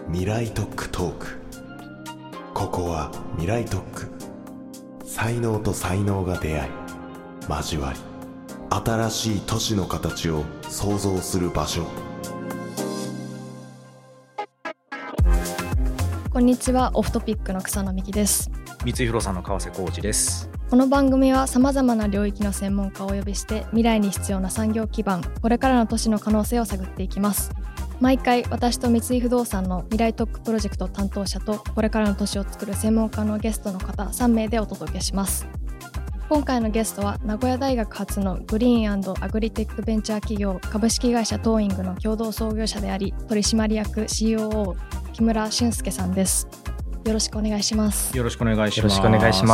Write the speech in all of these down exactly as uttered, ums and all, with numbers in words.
未来特区トーク。ここは未来特区。才能と才能が出会い交わり、新しい都市の形を創造する場所。 こんにちは、オフトピックの草野美希です。 三井不動産の川瀬浩二です。 この番組はさまざまな領域の専門家をお呼びして未来に必要な産業基盤、これからの都市の可能性を探っていきます。毎回私と三井不動産の未来特区プロジェクト担当者とこれからの都市を作る専門家のゲストの方さんめいでお届けします。今回のゲストは名古屋大学発のグリーン&アグリテックベンチャー企業株式会社トーイングの共同創業者であり取締役 シーオーオー 木村俊介さんです。よろしくお願いします。 よろしくお願いします。 よろしくお願いします。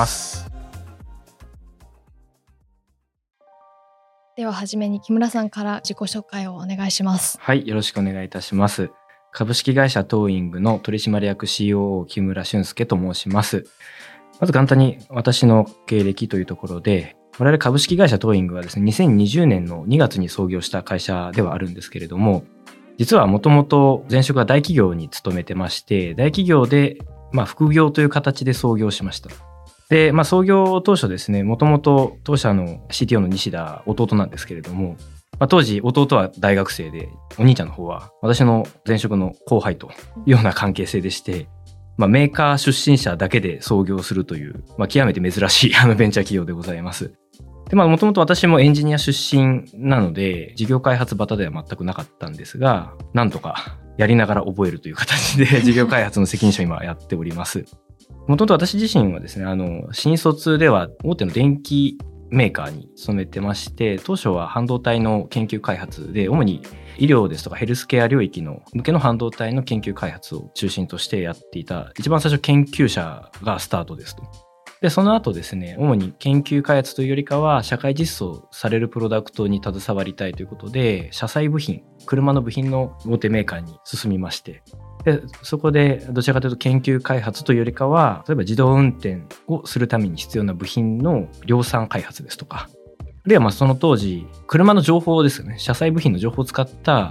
でははじめに木村さんから自己紹介をお願いします。 はい、よろしくお願いいたします。株式会社トーイングの取締役 シーオーオー 木村俊介と申します。まず簡単に私の経歴というところで、我々株式会社トーイングはですね、にせんにじゅうねんのにがつに創業した会社ではあるんですけれども、実はもともと前職は大企業に勤めてまして、大企業でまあ副業という形で創業しました。で、まあ創業当初ですね、もともと当社の シーティーオー の西田弟なんですけれども、まあ、当時弟は大学生で、お兄ちゃんの方は私の前職の後輩というような関係性でして、まあ、メーカー出身者だけで創業するという、まあ、極めて珍しいあのベンチャー企業でございます。で、まあ、もともと私もエンジニア出身なので、事業開発バタでは全くなかったんですが、なんとかやりながら覚えるという形で事業開発の責任者を今やっております。もともと私自身はですね、あの、新卒では大手の電機メーカーに勤めてまして、当初は半導体の研究開発で、主に医療ですとかヘルスケア領域の向けの半導体の研究開発を中心としてやっていた、一番最初研究者がスタートですと。で、その後ですね、主に研究開発というよりかは社会実装されるプロダクトに携わりたいということで、車載部品、車の部品の大手メーカーに進みまして、でそこでどちらかというと研究開発というよりかは、例えば自動運転をするために必要な部品の量産開発ですとか、あるいはまあその当時車の情報ですよね、車載部品の情報を使った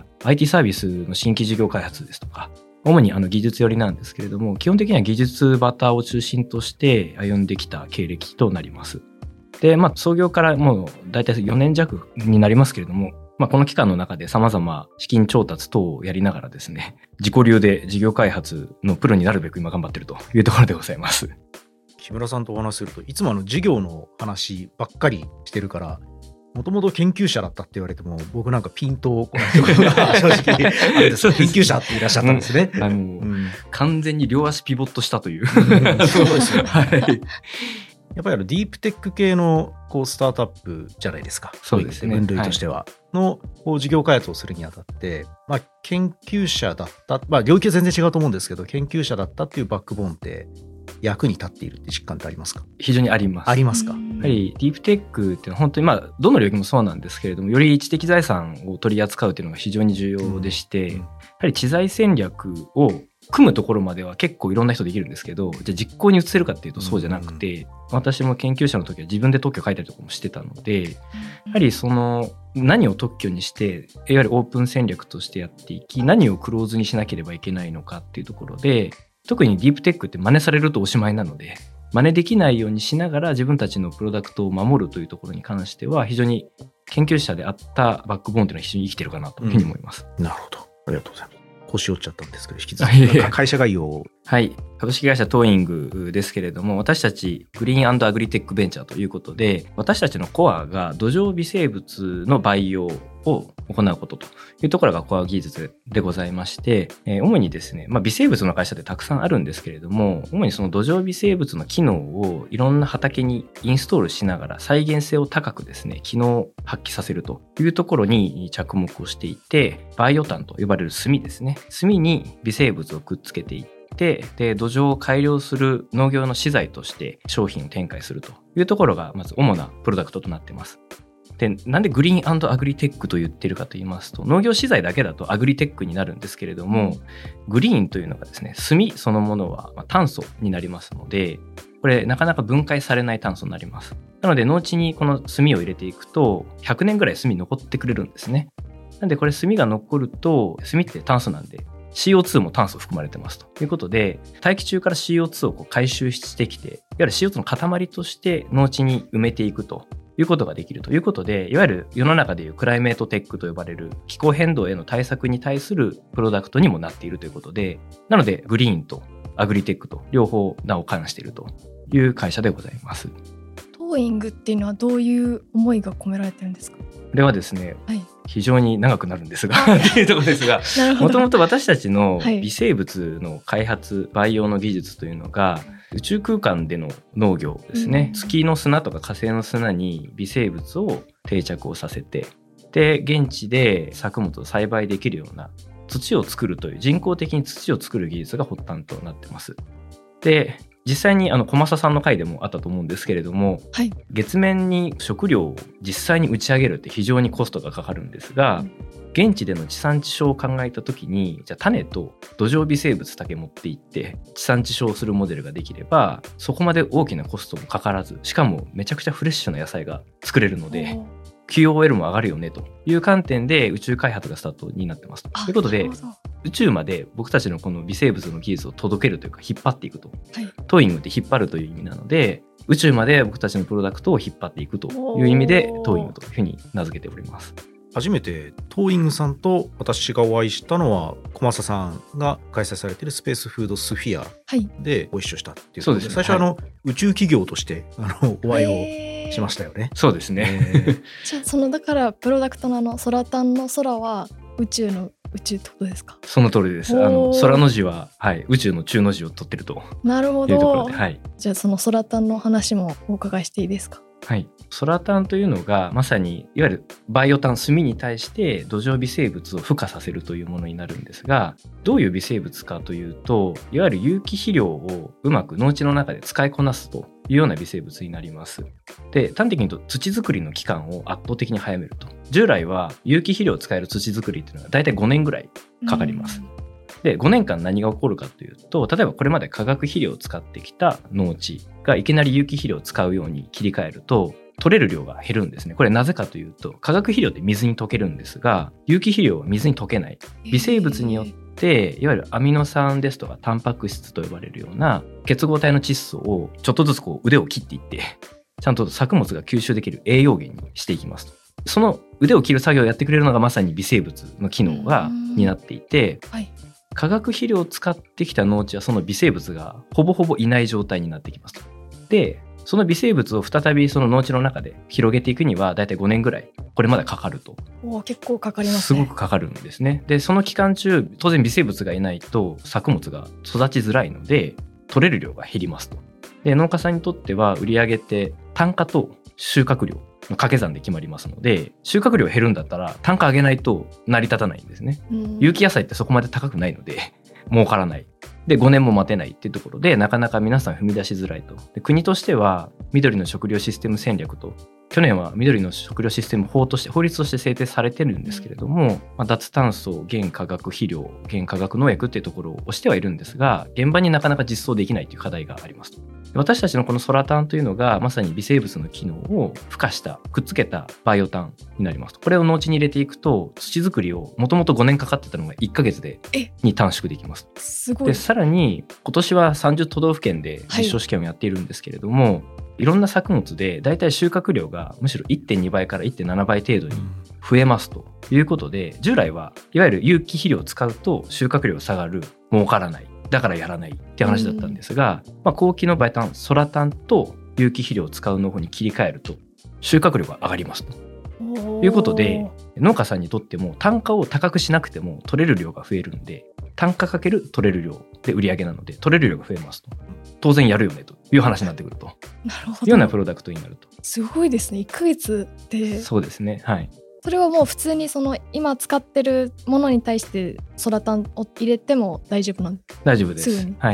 アイティー サービスの新規事業開発ですとか、主にあの技術寄りなんですけれども、基本的には技術バターを中心として歩んできた経歴となります。で、まあ創業からもう大体よねん弱になりますけれども、まあ、この期間の中で様々資金調達等をやりながらですね、自己流で事業開発のプロになるべく今頑張っているというところでございます。 木村さんとお話しすると、いつもあの事業の話ばっかりしてるから、もともと研究者だったって言われても、僕なんかピンとこないところが正直あるんですけど、研究者っていらっしゃったんですね。 あの、うん、完全に両足ピボットしたという。 うん、そうですよね。はい。やっぱりあのディープテック系のこうスタートアップじゃないですか。 そうですね。 分類としては、はい、のこう事業開発をするにあたって、まあ、研究者だった、まあ、領域は全然違うと思うんですけど、研究者だったっていうバックボーンって役に立っているって実感ってありますか？ 非常にあります。 ありますか？ やはりディープテックっていうのは本当にまあどの領域もそうなんですけれども、より知的財産を取り扱うっていうのが非常に重要でして、うん、やはり知財戦略を組むところまでは結構いろんな人できるんですけど、じゃあ実行に移せるかっていうとそうじゃなくて、うん、私も研究者の時は自分で特許書いたりとかもしてたので、やはりその何を特許にしていわゆるオープン戦略としてやっていき、何をクローズにしなければいけないのかっていうところで、特にディープテックって真似されるとおしまいなので、真似できないようにしながら自分たちのプロダクトを守るというところに関しては、非常に研究者であったバックボーンというのは非常に生きてるかなというふうに思います。 うん、なるほど、ありがとうございます。腰折っちゃったんですけど、引き続き会社概要を。 はい、株式会社トーイングですけれども、私たちグリーン&アグリテックベンチャーということで、私たちのコアが土壌微生物の培養を行うことというところがコア技術でございまして、えー、主にですね、まあ、微生物の会社でたくさんあるんですけれども、主にその土壌微生物の機能をいろんな畑にインストールしながら再現性を高くですね、機能を発揮させるというところに着目をしていて、バイオタンと呼ばれる炭ですね、炭に微生物をくっつけていってで土壌を改良する農業の資材として商品を展開するというところがまず主なプロダクトとなっています。で、なんでグリーン&アグリテックと言ってるかと言いますと、農業資材だけだとアグリテックになるんですけれども、グリーンというのがですね、炭そのものは炭素になりますので、これなかなか分解されない炭素になります。なので農地にこの炭を入れていくとひゃくねんぐらい炭残ってくれるんですね。なんでこれ炭が残ると、炭って炭素なんでシーオーツー も炭素含まれてますということで、大気中から シーオーツー をこう回収してきて、いわゆる シーオーツー の塊として農地に埋めていくということができるということで、いわゆる世の中でいうクライメートテックと呼ばれる気候変動への対策に対するプロダクトにもなっているということで、なのでグリーンとアグリテックと両方名を冠しているという会社でございます。 トーイングっていうのはどういう思いが込められてるんですか？ これはですね、 はい、 非常に長くなるんですがっていうところですが、もともと私たちの微生物の開発、培養の技術というのが宇宙空間での農業ですね、うん、月の砂とか火星の砂に微生物を定着をさせて、で現地で作物を栽培できるような土を作るという、人工的に土を作る技術が発端となってます。で実際にあの小政さんの回でもあったと思うんですけれども、はい、月面に食料を実際に打ち上げるって非常にコストがかかるんですが、うん、現地での地産地消を考えた時に、じゃあ種と土壌微生物だけ持っていって地産地消するモデルができれば、そこまで大きなコストもかからず、しかもめちゃくちゃフレッシュな野菜が作れるので キューオーエル も上がるよねという観点で宇宙開発がスタートになってます。ということで宇宙まで僕たちのこの微生物の技術を届けるというか引っ張っていくと、はい、トーイングって引っ張るという意味なので、宇宙まで僕たちのプロダクトを引っ張っていくという意味でトーイングというふうに名付けております。 初めてトーイングさんと私がお会いしたのは小政さんが開催されているスペースフードスフィアでご一緒したっていうことで、はい、そうですね、最初はあの、はい、宇宙企業としてあのお会いをしましたよね。 そうですね。 じゃあそのだからプロダクトのあの空タンの空は宇宙の宇宙ってことですか？ その通りです。あの空の字は、はい、宇宙の中の字を取ってるとなるほどいうところで、はい、 じゃあその空タンの話もお伺いしていいですか？ はい、空タンというのがまさにいわゆるバイオタン、炭に対して土壌微生物を孵化させるというものになるんですが、どういう微生物かというと、いわゆる有機肥料をうまく農地の中で使いこなすというような微生物になります。で、端的に言うと土作りの期間を圧倒的に早めると。従来は有機肥料を使える土作りというのがだいたいごねんぐらいかかります。でごねんかん何が起こるかというと、例えばこれまで化学肥料を使ってきた農地がいきなり有機肥料を使うように切り替えると取れる量が減るんですね。これなぜかというと、化学肥料って水に溶けるんですが、有機肥料は水に溶けない。微生物によっていわゆるアミノ酸ですとかタンパク質と呼ばれるような結合体の窒素をちょっとずつこう腕を切っていってちゃんと作物が吸収できる栄養源にしていきますと。その腕を切る作業をやってくれるのがまさに微生物の機能が担っていて、はい、化学肥料を使ってきた農地はその微生物がほぼほぼいない状態になってきますと。でその微生物を再びその農地の中で広げていくにはだいたいごねんぐらいこれまでかかると。 お結構かかりますね。 すごくかかるんですね。でその期間中当然微生物がいないと作物が育ちづらいので取れる量が減りますと。で農家さんにとっては売り上げって単価と収穫量の掛け算で決まりますので、収穫量減るんだったら単価上げないと成り立たないんですね。有機野菜ってそこまで高くないので儲からない。でごねんも待てないっていうところでなかなか皆さん踏み出しづらいと。で国としては緑の食料システム戦略と、去年は緑の食料システム法として法律として制定されてるんですけれども、まあ、脱炭素、減化学肥料、減化学農薬っていうところを推してはいるんですが、現場になかなか実装できないという課題がありますと。私たちのこのソラタンというのがまさに微生物の機能を付加したくっつけたバイオタンになりますと。これを農地に入れていくと土作りをもともとごねんかかってたのがいっかげつでに短縮できます。 すごい。 でさらに今年はさんじゅうとどうふけんで実証試験をやっているんですけれども、はい、いろんな作物でだいたい収穫量がむしろ いってんにばいから いってんななばい程度に増えますということで、従来はいわゆる有機肥料を使うと収穫量下がる、儲からない、だからやらないって話だったんですが、まあ、後期のバイタン、ソラタンと有機肥料を使う農法に切り替えると収穫量が上がりますということで、農家さんにとっても単価を高くしなくても取れる量が増えるんで、単価かける取れる量で売り上げなので取れる量が増えますと、当然やるよねという話になってくるとなるほど、 いうようなプロダクトになると。 すごいですね。いっかげつで。 そうですね、はい。 それはもう普通にその今使ってるものに対してソラタンを入れても大丈夫なんですか？ 大丈夫です。はい、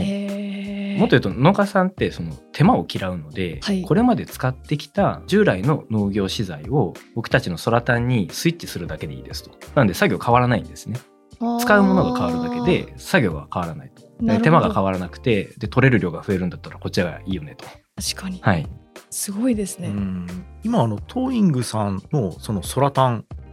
もっと言うと農家さんってその手間を嫌うので、はい、これまで使ってきた従来の農業資材を僕たちのソラタンにスイッチするだけでいいですと。なので作業変わらないんですね。使うものが変わるだけで作業が変わらないと。手間が変わらなくて、で取れる量が増えるんだったらこっちがいいよねと。 確かに、 はい、 すごいですね。 うん今あのトーイングさんのそのソラタンを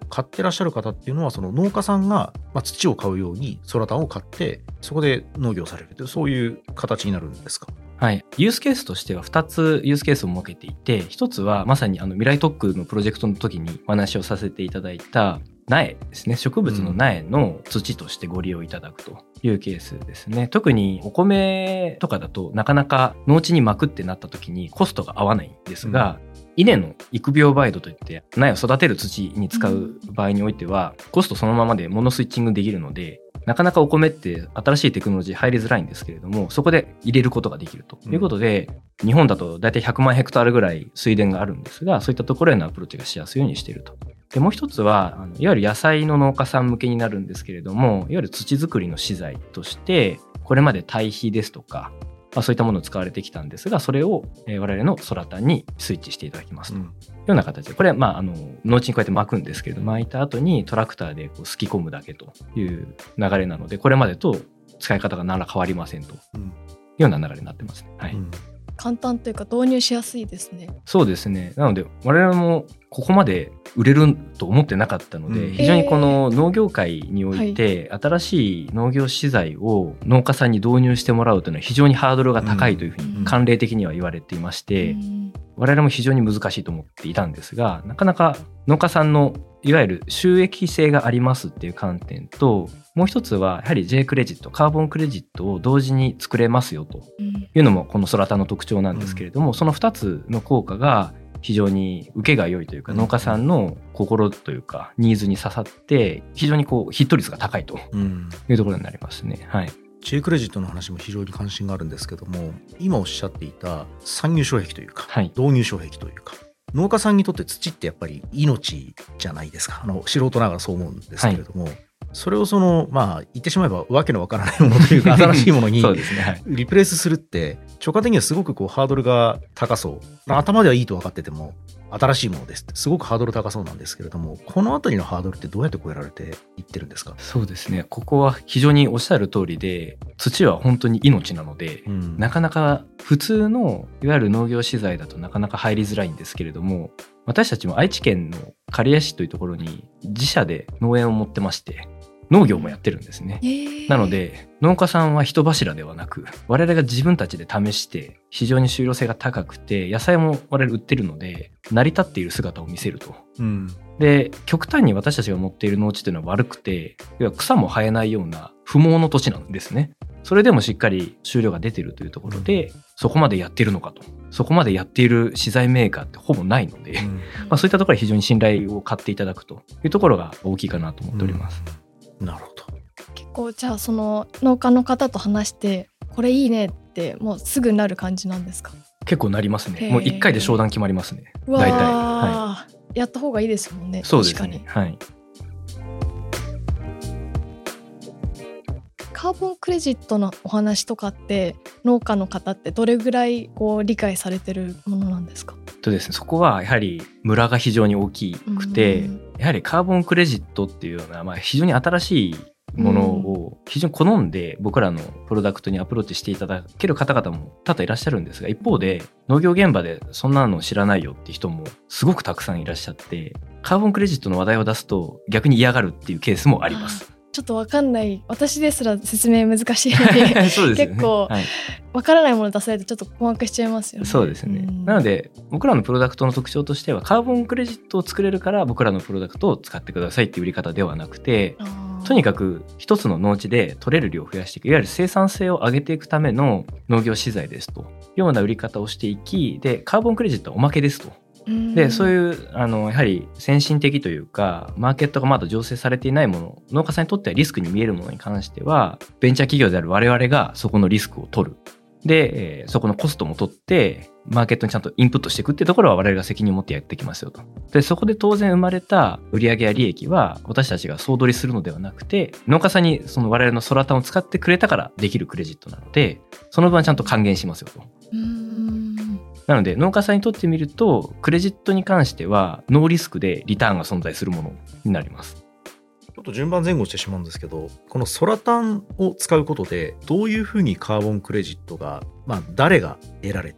買ってらっしゃる方っていうのはその農家さんがまあ土を買うようにソラタンを買ってそこで農業されるというそういう形になるんですか？ はい、ユースケースとしてはふたつユースケースを設けていて、ひとつはまさにあの未来特区のプロジェクトの時にお話をさせていただいた苗ですね、植物の苗の土としてご利用いただくというケースですね。特にお米とかだとなかなか農地に巻くってなった時にコストが合わないんですが、うん稲の育苗培土といって苗を育てる土に使う場合においてはコストそのままでモノスイッチングできるので、なかなかお米って新しいテクノロジー入りづらいんですけれども、そこで入れることができるということで、うん、日本だと大体ひゃくまんヘクタールぐらい水田があるんですが、そういったところへのアプローチがしやすいようにしていると。でもう一つはあのいわゆる野菜の農家さん向けになるんですけれども、いわゆる土作りの資材としてこれまで堆肥ですとかまあ、そういったものを使われてきたんですが、それを我々のソラタンにスイッチしていただきますというような形で、これはまああの農地にこうやって巻くんですけれども、巻いた後にトラクターでこうすき込むだけという流れなので、これまでと使い方が何ら変わりませんというような流れになってますね。はい、うん、 簡単というか導入しやすいですね。 そうですね。なので我々もここまで売れると思ってなかったので、うん、非常にこの農業界において新しい農業資材を農家さんに導入してもらうというのは非常にハードルが高いというふうに慣例的には言われていまして、うん、我々も非常に難しいと思っていたんですが、なかなか農家さんのいわゆる収益性がありますっていう観点と、もう一つはやはり J クレジット、カーボンクレジットを同時に作れますよというのもこのソラタンの特徴なんですけれども、うん、そのふたつの効果が非常に受けが良いというか、農家さんの心というかニーズに刺さって非常にこうヒット率が高いというところになりますね。はい。 J クレジットの話も非常に関心があるんですけども、今おっしゃっていた参入障壁というか、はい、導入障壁というか、農家さんにとって土ってやっぱり命じゃないですか。あの素人ながらそう思うんですけれども、はい、それをそのまあ言ってしまえばわけのわからないものというか新しいものにそうですね、はい、 リプレイスするって直感的にはすごくこうハードルが高そう。頭ではいいと分かってても新しいものですってすごくハードル高そうなんですけれども、このあたりのハードルってどうやって超えられていってるんですか？ そうですね、ここは非常におっしゃる通りで、土は本当に命なので、うん、なかなか普通のいわゆる農業資材だとなかなか入りづらいんですけれども、私たちも愛知県の刈谷市というところに自社で農園を持ってまして、農業もやってるんですね。なので農家さんは人柱ではなく、我々が自分たちで試して非常に収容性が高くて、野菜も我々売ってるので成り立っている姿を見せると、うん、で極端に私たちが持っている農地というのは悪くて、要は草も生えないような不毛の土地なんですね。それでもしっかり収量が出ているというところで、うん、そこまでやっているのかと、そこまでやっている資材メーカーってほぼないので、うん、まあ、そういったところは非常に信頼を買っていただくというところが大きいかなと思っております。 うん、なるほど。 結構じゃあその農家の方と話してこれいいねってもうすぐなる感じなんですか？ 結構なりますね。もういっかいで商談決まりますね。大体、 はい、やった方がいいですもんね。 そうですね。確かに、はい。 カーボンクレジットのお話とかって農家の方ってどれぐらいこう理解されてるものなんですか？ とですね、そこはやはり村が非常に大きくて、やはりカーボンクレジットっていうような、まあ、非常に新しいものを非常に好んで僕らのプロダクトにアプローチしていただける方々も多々いらっしゃるんですが、一方で農業現場でそんなの知らないよって人もすごくたくさんいらっしゃって、カーボンクレジットの話題を出すと逆に嫌がるっていうケースもあります。 ちょっと分かんない、私ですら説明難しいのでそうです、ね、結構、はい、分からないもの出されてちょっと困惑しちゃいますよね。 そうですね、うん、なので僕らのプロダクトの特徴としては、カーボンクレジットを作れるから僕らのプロダクトを使ってくださいっていう売り方ではなくて、とにかく一つの農地で取れる量を増やしていく、いわゆる生産性を上げていくための農業資材ですというような売り方をしていき、でカーボンクレジットはおまけですと。でそういうあのやはり先進的というか、マーケットがまだ醸成されていないもの、農家さんにとってはリスクに見えるものに関しては、ベンチャー企業である我々がそこのリスクを取る。で、えー、そこのコストも取ってマーケットにちゃんとインプットしていくっていうところは我々が責任を持ってやってきますよと。でそこで当然生まれた売上や利益は私たちが総取りするのではなくて、農家さんにその我々のソラタンを使ってくれたからできるクレジットなので、その分はちゃんと還元しますよと。うーん、なので農家さんにとってみると、クレジットに関してはノーリスクでリターンが存在するものになります。 ちょっと順番前後してしまうんですけど、このソラタンを使うことでどういうふうにカーボンクレジットが、まあ、誰が得られて、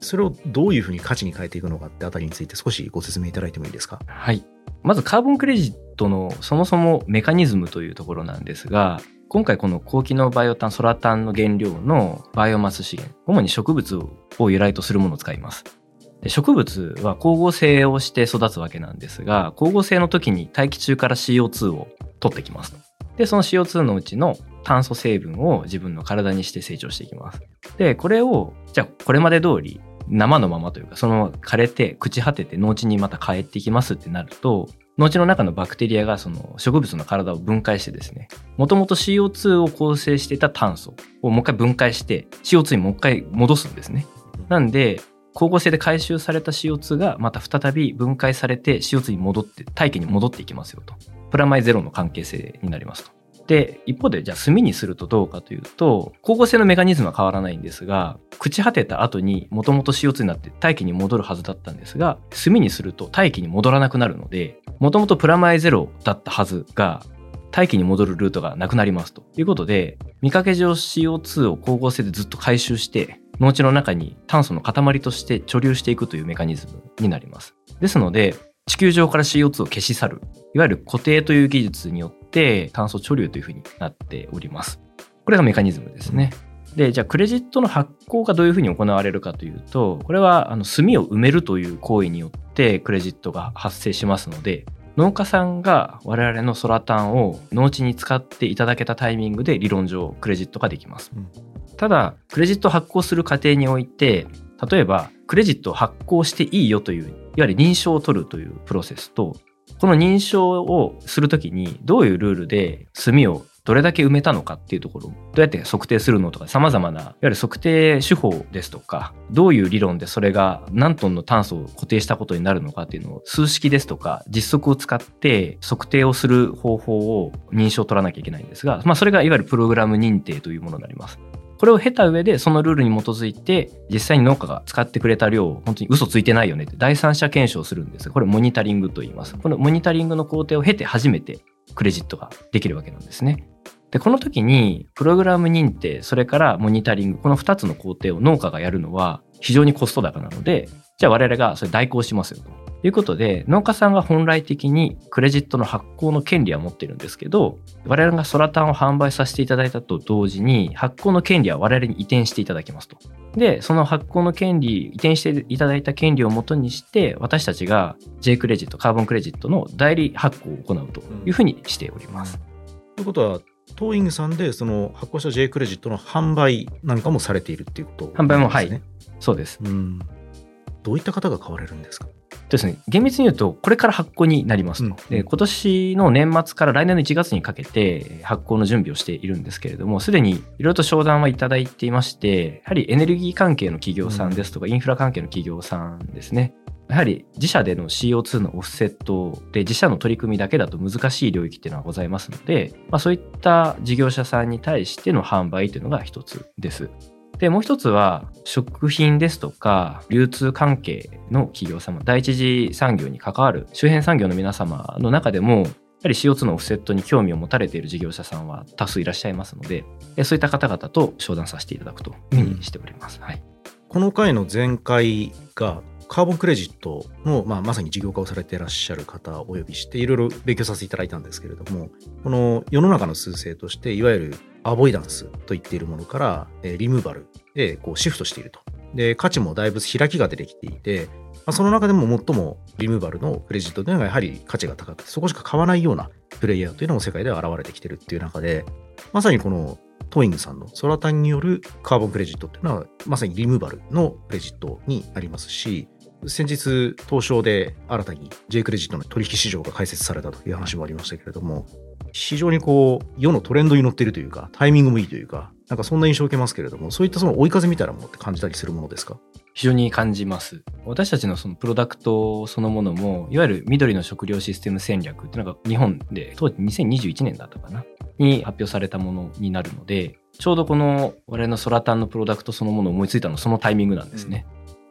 それをどういうふうに価値に変えていくのかってあたりについて少しご説明いただいてもいいですか。 はい。まずカーボンクレジットのそもそもメカニズムというところなんですが、今回この高機能バイオ炭、ソラ炭の原料のバイオマス資源、主に植物を由来とするものを使います。で、植物は光合成をして育つわけなんですが、光合成の時に大気中から シーオーツー を取ってきます。で、その シーオーツー のうちの炭素成分を自分の体にして成長していきます。で、これを、じゃあこれまで通り生のままというか、そのまま枯れて朽ち果てて農地にまた帰ってきますってなると、農地の中のバクテリアがその植物の体を分解してですね、もともと シーオーツー を構成していた炭素をもう一回分解して シーオーツー にもう一回戻すんですね。なんで光合成で回収された シーオーツー がまた再び分解されて シーオーツー に戻って大気に戻っていきますよと。プラマイゼロの関係性になりますと。で、一方でじゃあ炭にするとどうかというと、光合成のメカニズムは変わらないんですが、朽ち果てた後にもともと シーオーツー になって大気に戻るはずだったんですが、炭にすると大気に戻らなくなるので、もともとプラマイゼロだったはずが大気に戻るルートがなくなりますということで、見かけ上 シーオーツー を光合成でずっと回収して農地の中に炭素の塊として貯留していくというメカニズムになります。ですので地球上から シーオーツー を消し去る、いわゆる固定という技術によって炭素貯留というふうになっております。これがメカニズムですね。で、じゃあクレジットの発酵がどういうふうに行われるかというと、これはあの炭を埋めるという行為によってクレジットが発生しますので、農家さんが我々のソラ炭を農地に使っていただけたタイミングで理論上クレジットができます。うん、ただクレジットを発行する過程において、例えばクレジットを発行していいよといういわゆる認証を取るというプロセスと、この認証をするときにどういうルールで炭をどれだけ埋めたのかっていうところをどうやって測定するのとか、様々ないわゆる測定手法ですとか、どういう理論でそれが何トンの炭素を固定したことになるのかっていうのを数式ですとか実測を使って測定をする方法を認証を取らなきゃいけないんですが、まあそれがいわゆるプログラム認定というものになります。これを経た上でそのルールに基づいて実際に農家が使ってくれた量を本当に嘘ついてないよねって第三者検証をするんですが、これモニタリングと言います。このモニタリングの工程を経て初めてクレジットができるわけなんですね。で、この時にプログラム認定、それからモニタリング、このふたつの工程を農家がやるのは非常にコスト高なので、じゃあ我々がそれ代行しますよということで、農家さんが本来的にクレジットの発行の権利は持ってるんですけど、我々がソラ炭を販売させていただいたと同時に発行の権利は我々に移転していただきますと。で、その発行の権利、移転していただいた権利をもとにして私たちが J クレジット、カーボンクレジットの代理発行を行うというふうにしております。 ということはトーイングさんでその発行した J クレジットの販売なんかもされているっていうことですね。 販売も、はい、そうです。 うん。どういった方が買われるんですか？ ですね、厳密に言うとこれから発行になりますと、うん、で今年の年末から来年のいちがつにかけて発行の準備をしているんですけれども、すでにいろいろと商談はいただいていまして、やはりエネルギー関係の企業さんですとか、うん、インフラ関係の企業さんですね。やはり自社での シーオーツー のオフセットで自社の取り組みだけだと難しい領域っていうのはございますので、まあ、そういった事業者さんに対しての販売というのが一つです。で、もう一つは食品ですとか流通関係の企業様、第一次産業に関わる周辺産業の皆様の中でもやはり シーオーツー のオフセットに興味を持たれている事業者さんは多数いらっしゃいますので、そういった方々と商談させていただくというふうにしております。うん、はい。この回の前回がカーボンクレジットの、まあ、まさに事業化をされていらっしゃる方をお呼びしていろいろ勉強させていただいたんですけれども、この世の中の趨勢としていわゆるアボイダンスといっているものからリムーバルでこうシフトしていると。で、価値もだいぶ開きが出てきていて、まあ、その中でも最もリムーバルのクレジットというのがやはり価値が高くて、そこしか買わないようなプレイヤーというのも世界では現れてきているっていう中で、まさにこのトーイングさんのソラ炭によるカーボンクレジットっていうのはまさにリムーバルのクレジットになりますし、先日東証で新たに J クレジットの取引市場が開設されたという話もありましたけれども、非常にこう世のトレンドに乗っているというか、タイミングもいいというか、なんかそんな印象を受けますけれども、そういったその追い風みたいなものって感じたりするものですか？非常に感じます。私たちのそのプロダクトそのものも、いわゆる緑の食料システム戦略っていうのが日本で当時にせんにじゅういちねんだったかなに発表されたものになるので、ちょうどこの我々のソラタンのプロダクトそのものを思いついたのはそのタイミングなんですね。うん、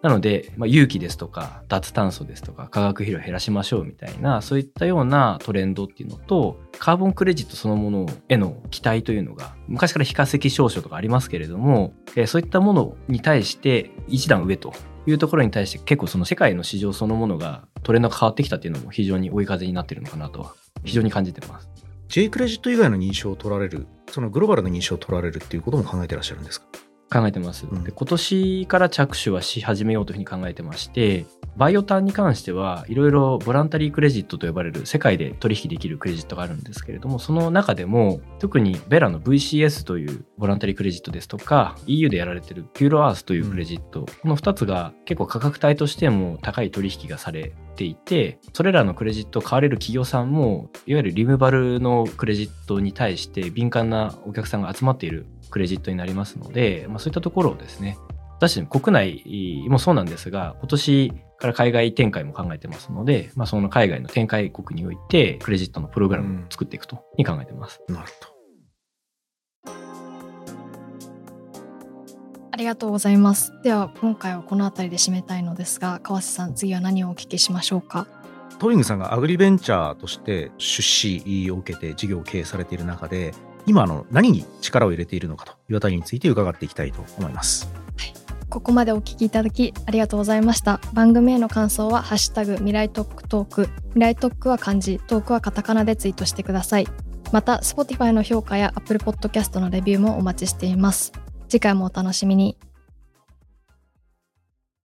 なので、まあ、有機ですとか脱炭素ですとか化学肥料を減らしましょうみたいなそういったようなトレンドっていうのとカーボンクレジットそのものへの期待というのが昔から非化石証書とかありますけれども、えー、そういったものに対して一段上というところに対して結構その世界の市場そのものがトレンドが変わってきたっていうのも非常に追い風になっているのかなとは非常に感じてます。 J クレジット以外の認証を取られる、そのグローバルな認証を取られるっていうことも考えてらっしゃるんですか？ 考えてます、 うん、 で今年から着手はし始めようというふうに考えてまして、バイオタンに関してはいろいろボランタリークレジットと呼ばれる世界で取引できるクレジットがあるんですけれども、その中でも特にベラの ブイシーエス というボランタリークレジットですとか イーユー でやられているピューロアースというクレジット、うん、このふたつが結構価格帯としても高い取引がされていて、それらのクレジットを買われる企業さんもいわゆるリムバルのクレジットに対して敏感なお客さんが集まっているクレジットになりますので、まあ、そういったところをですね、私たち国内もそうなんですが今年から海外展開も考えてますので、まあ、その海外の展開国においてクレジットのプログラムを作っていくとに考えてます、 うん、なるほど。 ありがとうございます。では今回はこの辺りで締めたいのですが、川瀬さん次は何をお聞きしましょうか？ トーイングさんがアグリベンチャーとして出資を受けて事業を経営されている中で今の何に力を入れているのかというあたりについて伺っていきたいと思います。 はい、ここまでお聞きいただきありがとうございました。番組への感想はハッシュタグ未来トークトーク、未来トークは漢字、トークはカタカナでツイートしてください。また Spotify の評価や Apple Podcast のレビューもお待ちしています。次回もお楽しみに。